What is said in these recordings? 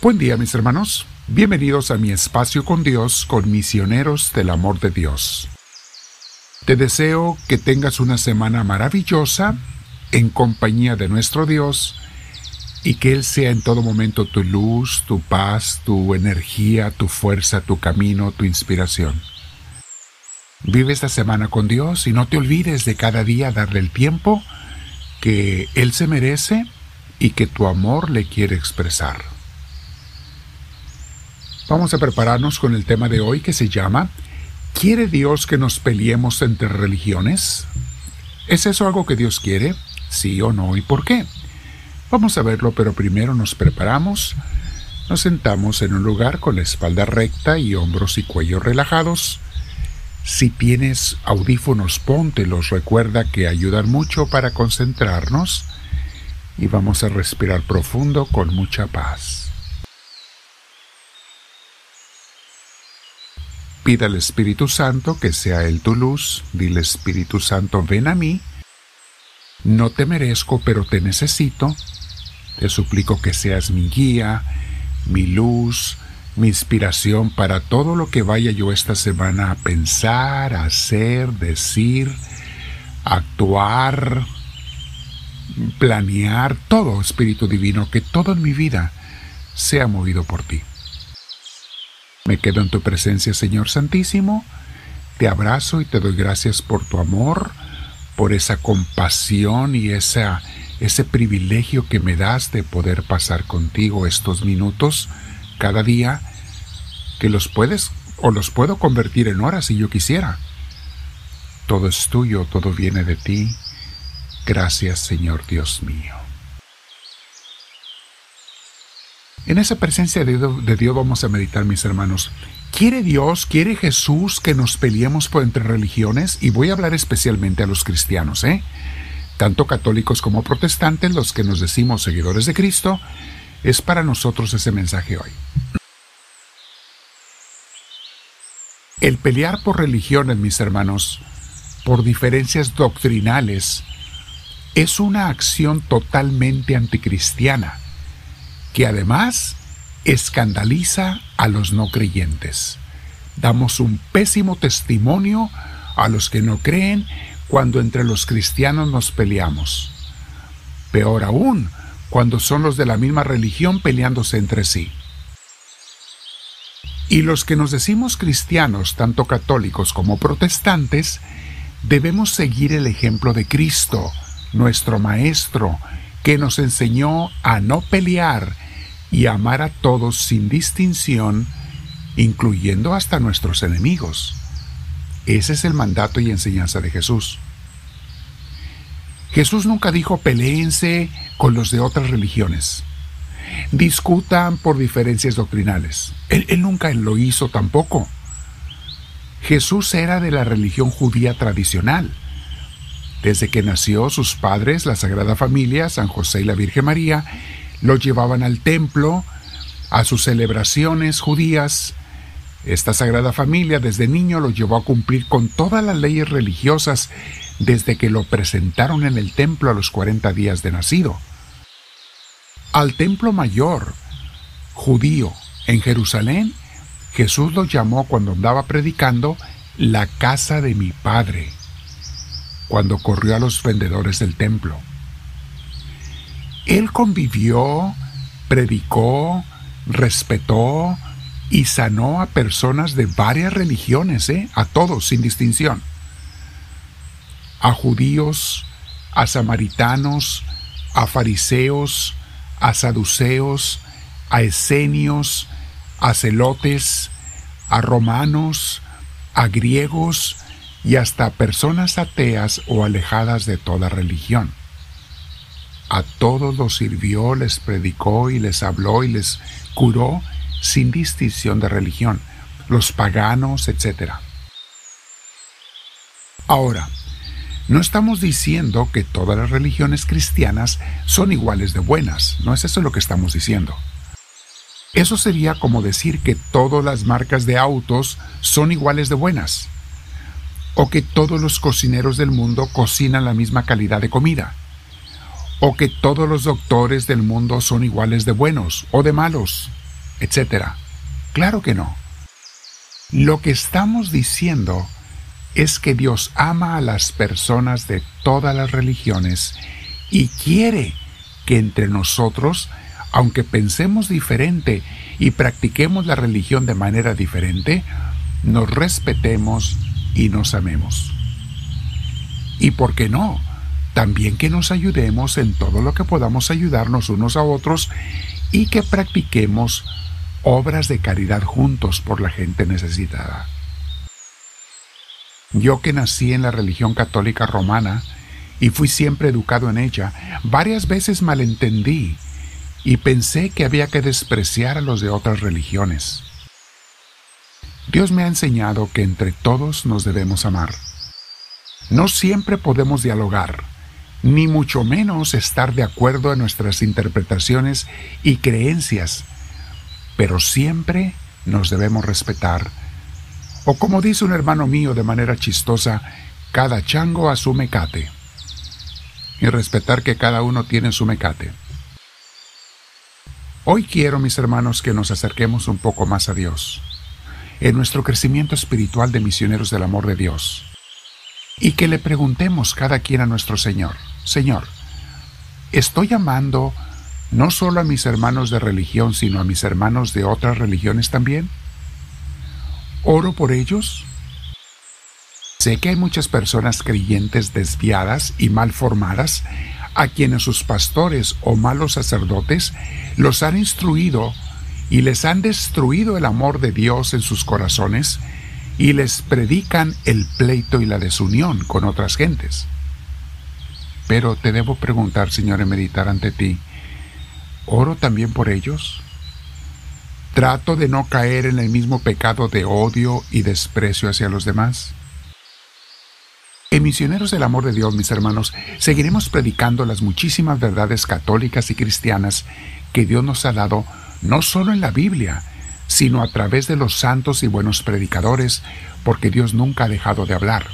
Buen día, mis hermanos. Bienvenidos a mi espacio con Dios, con misioneros del amor de Dios. Te deseo que tengas una semana maravillosa en compañía de nuestro Dios y que Él sea en todo momento tu luz, tu paz, tu energía, tu fuerza, tu camino, tu inspiración. Vive esta semana con Dios y no te olvides de cada día darle el tiempo que Él se merece y que tu amor le quiere expresar. Vamos a prepararnos con el tema de hoy que se llama ¿Quiere Dios que nos peleemos entre religiones? ¿Es eso algo que Dios quiere? ¿Sí o no? ¿Y por qué? Vamos a verlo, pero primero nos preparamos, nos sentamos en un lugar con la espalda recta y hombros y cuello relajados. Si tienes audífonos, póntelos, recuerda que ayudan mucho para concentrarnos y vamos a respirar profundo con mucha paz. Pida al Espíritu Santo que sea Él tu luz. Dile, Espíritu Santo, ven a mí. No te merezco, pero te necesito. Te suplico que seas mi guía, mi luz, mi inspiración para todo lo que vaya yo esta semana a pensar, a hacer, decir, actuar, planear, todo, Espíritu Divino, que todo en mi vida sea movido por ti. Me quedo en tu presencia, Señor Santísimo. Te abrazo y te doy gracias por tu amor, por esa compasión y ese privilegio que me das de poder pasar contigo estos minutos cada día, que los puedo convertir en horas si yo quisiera. Todo es tuyo, todo viene de ti. Gracias, Señor Dios mío. En esa presencia de Dios vamos a meditar, mis hermanos. ¿Quiere Dios, quiere Jesús que nos peleemos entre religiones? Y voy a hablar especialmente a los cristianos, tanto católicos como protestantes, los que nos decimos seguidores de Cristo. Es para nosotros ese mensaje hoy. El pelear por religiones, mis hermanos, por diferencias doctrinales, es una acción totalmente anticristiana, que además escandaliza a los no creyentes. Damos un pésimo testimonio a los que no creen cuando entre los cristianos nos peleamos. Peor aún, cuando son los de la misma religión peleándose entre sí. Y los que nos decimos cristianos, tanto católicos como protestantes, debemos seguir el ejemplo de Cristo, nuestro Maestro, que nos enseñó a no pelear y amar a todos sin distinción, incluyendo hasta nuestros enemigos. Ese es el mandato y enseñanza de Jesús. Jesús nunca dijo peléense con los de otras religiones, discutan por diferencias doctrinales. Él nunca lo hizo tampoco. Jesús era de la religión judía tradicional. Desde que nació, sus padres, la Sagrada Familia, San José y la Virgen María, lo llevaban al templo, a sus celebraciones judías. Esta Sagrada Familia desde niño lo llevó a cumplir con todas las leyes religiosas desde que lo presentaron en el templo a los 40 días de nacido. Al templo mayor judío en Jerusalén, Jesús lo llamó cuando andaba predicando la casa de mi Padre, cuando corrió a los vendedores del templo. Él convivió, predicó, respetó y sanó a personas de varias religiones, a todos, sin distinción. A judíos, a samaritanos, a fariseos, a saduceos, a esenios, a celotes, a romanos, a griegos y hasta personas ateas o alejadas de toda religión. A todos los sirvió, les predicó y les habló y les curó sin distinción de religión, los paganos, etc. Ahora, no estamos diciendo que todas las religiones cristianas son iguales de buenas, no es eso lo que estamos diciendo. Eso sería como decir que todas las marcas de autos son iguales de buenas, o que todos los cocineros del mundo cocinan la misma calidad de comida, o que todos los doctores del mundo son iguales de buenos o de malos. etc. Claro que no. Lo que estamos diciendo es que Dios ama a las personas de todas las religiones y quiere que entre nosotros, aunque pensemos diferente y practiquemos la religión de manera diferente, nos respetemos y nos amemos. Y por qué no, también que nos ayudemos en todo lo que podamos ayudarnos unos a otros y que practiquemos obras de caridad juntos por la gente necesitada. Yo, que nací en la religión católica romana y fui siempre educado en ella, varias veces malentendí y pensé que había que despreciar a los de otras religiones. Dios me ha enseñado que entre todos nos debemos amar. No siempre podemos dialogar, ni mucho menos estar de acuerdo en nuestras interpretaciones y creencias, pero siempre nos debemos respetar. O como dice un hermano mío de manera chistosa, cada chango a su mecate. Y respetar que cada uno tiene su mecate. Hoy quiero, mis hermanos, que nos acerquemos un poco más a Dios, en nuestro crecimiento espiritual de misioneros del amor de Dios, y que le preguntemos cada quien a nuestro Señor: Señor, ¿estoy amando no solo a mis hermanos de religión, sino a mis hermanos de otras religiones también? ¿Oro por ellos? Sé que hay muchas personas creyentes desviadas y mal formadas a quienes sus pastores o malos sacerdotes los han instruido y les han destruido el amor de Dios en sus corazones y les predican el pleito y la desunión con otras gentes. Pero te debo preguntar, Señor, y meditar ante ti: ¿oro también por ellos? ¿Trato de no caer en el mismo pecado de odio y desprecio hacia los demás? En Misioneros del Amor de Dios, mis hermanos, seguiremos predicando las muchísimas verdades católicas y cristianas que Dios nos ha dado, no solo en la Biblia, sino a través de los santos y buenos predicadores, porque Dios nunca ha dejado de hablar.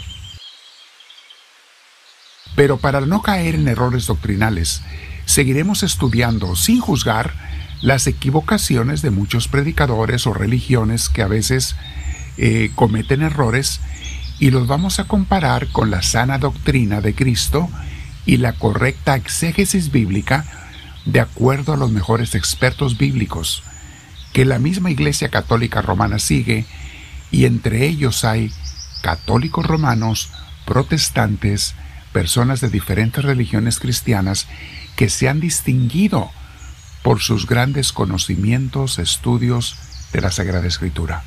Pero para no caer en errores doctrinales, seguiremos estudiando, sin juzgar, las equivocaciones de muchos predicadores o religiones que a veces cometen errores, y los vamos a comparar con la sana doctrina de Cristo y la correcta exégesis bíblica de acuerdo a los mejores expertos bíblicos que la misma Iglesia Católica Romana sigue, y entre ellos hay católicos romanos, protestantes, personas de diferentes religiones cristianas que se han distinguido por sus grandes conocimientos, estudios de la Sagrada Escritura.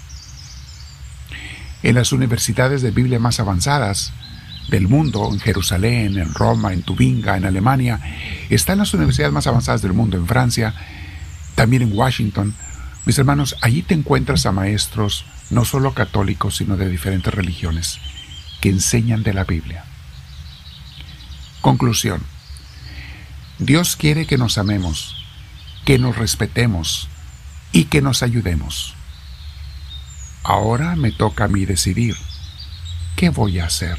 En las universidades de Biblia más avanzadas del mundo, en Jerusalén, en Roma, en Tubinga, en Alemania, están las universidades más avanzadas del mundo, en Francia, también en Washington. Mis hermanos, allí te encuentras a maestros no solo católicos, sino de diferentes religiones, que enseñan de la Biblia. Conclusión: Dios quiere que nos amemos, que nos respetemos y que nos ayudemos. Ahora me toca a mí decidir, ¿qué voy a hacer?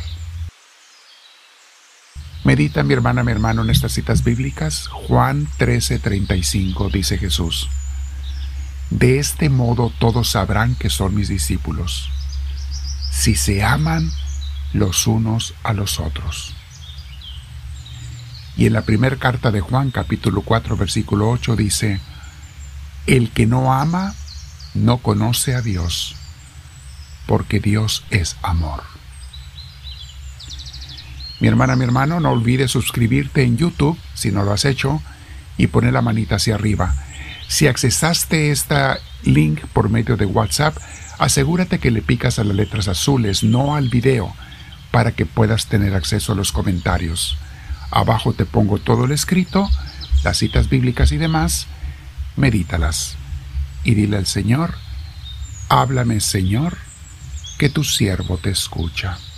Medita, mi hermana, mi hermano, en estas citas bíblicas. Juan 13:35 dice Jesús: de este modo todos sabrán que son mis discípulos, si se aman los unos a los otros. Y en la primera carta de Juan, capítulo 4, versículo 8, dice: el que no ama no conoce a Dios, porque Dios es amor. Mi hermana, mi hermano, no olvides suscribirte en YouTube, si no lo has hecho, y poner la manita hacia arriba. Si accesaste este link por medio de WhatsApp, asegúrate que le picas a las letras azules, no al video, para que puedas tener acceso a los comentarios. Abajo te pongo todo el escrito, las citas bíblicas y demás. Medítalas y dile al Señor: háblame, Señor, que tu siervo te escucha.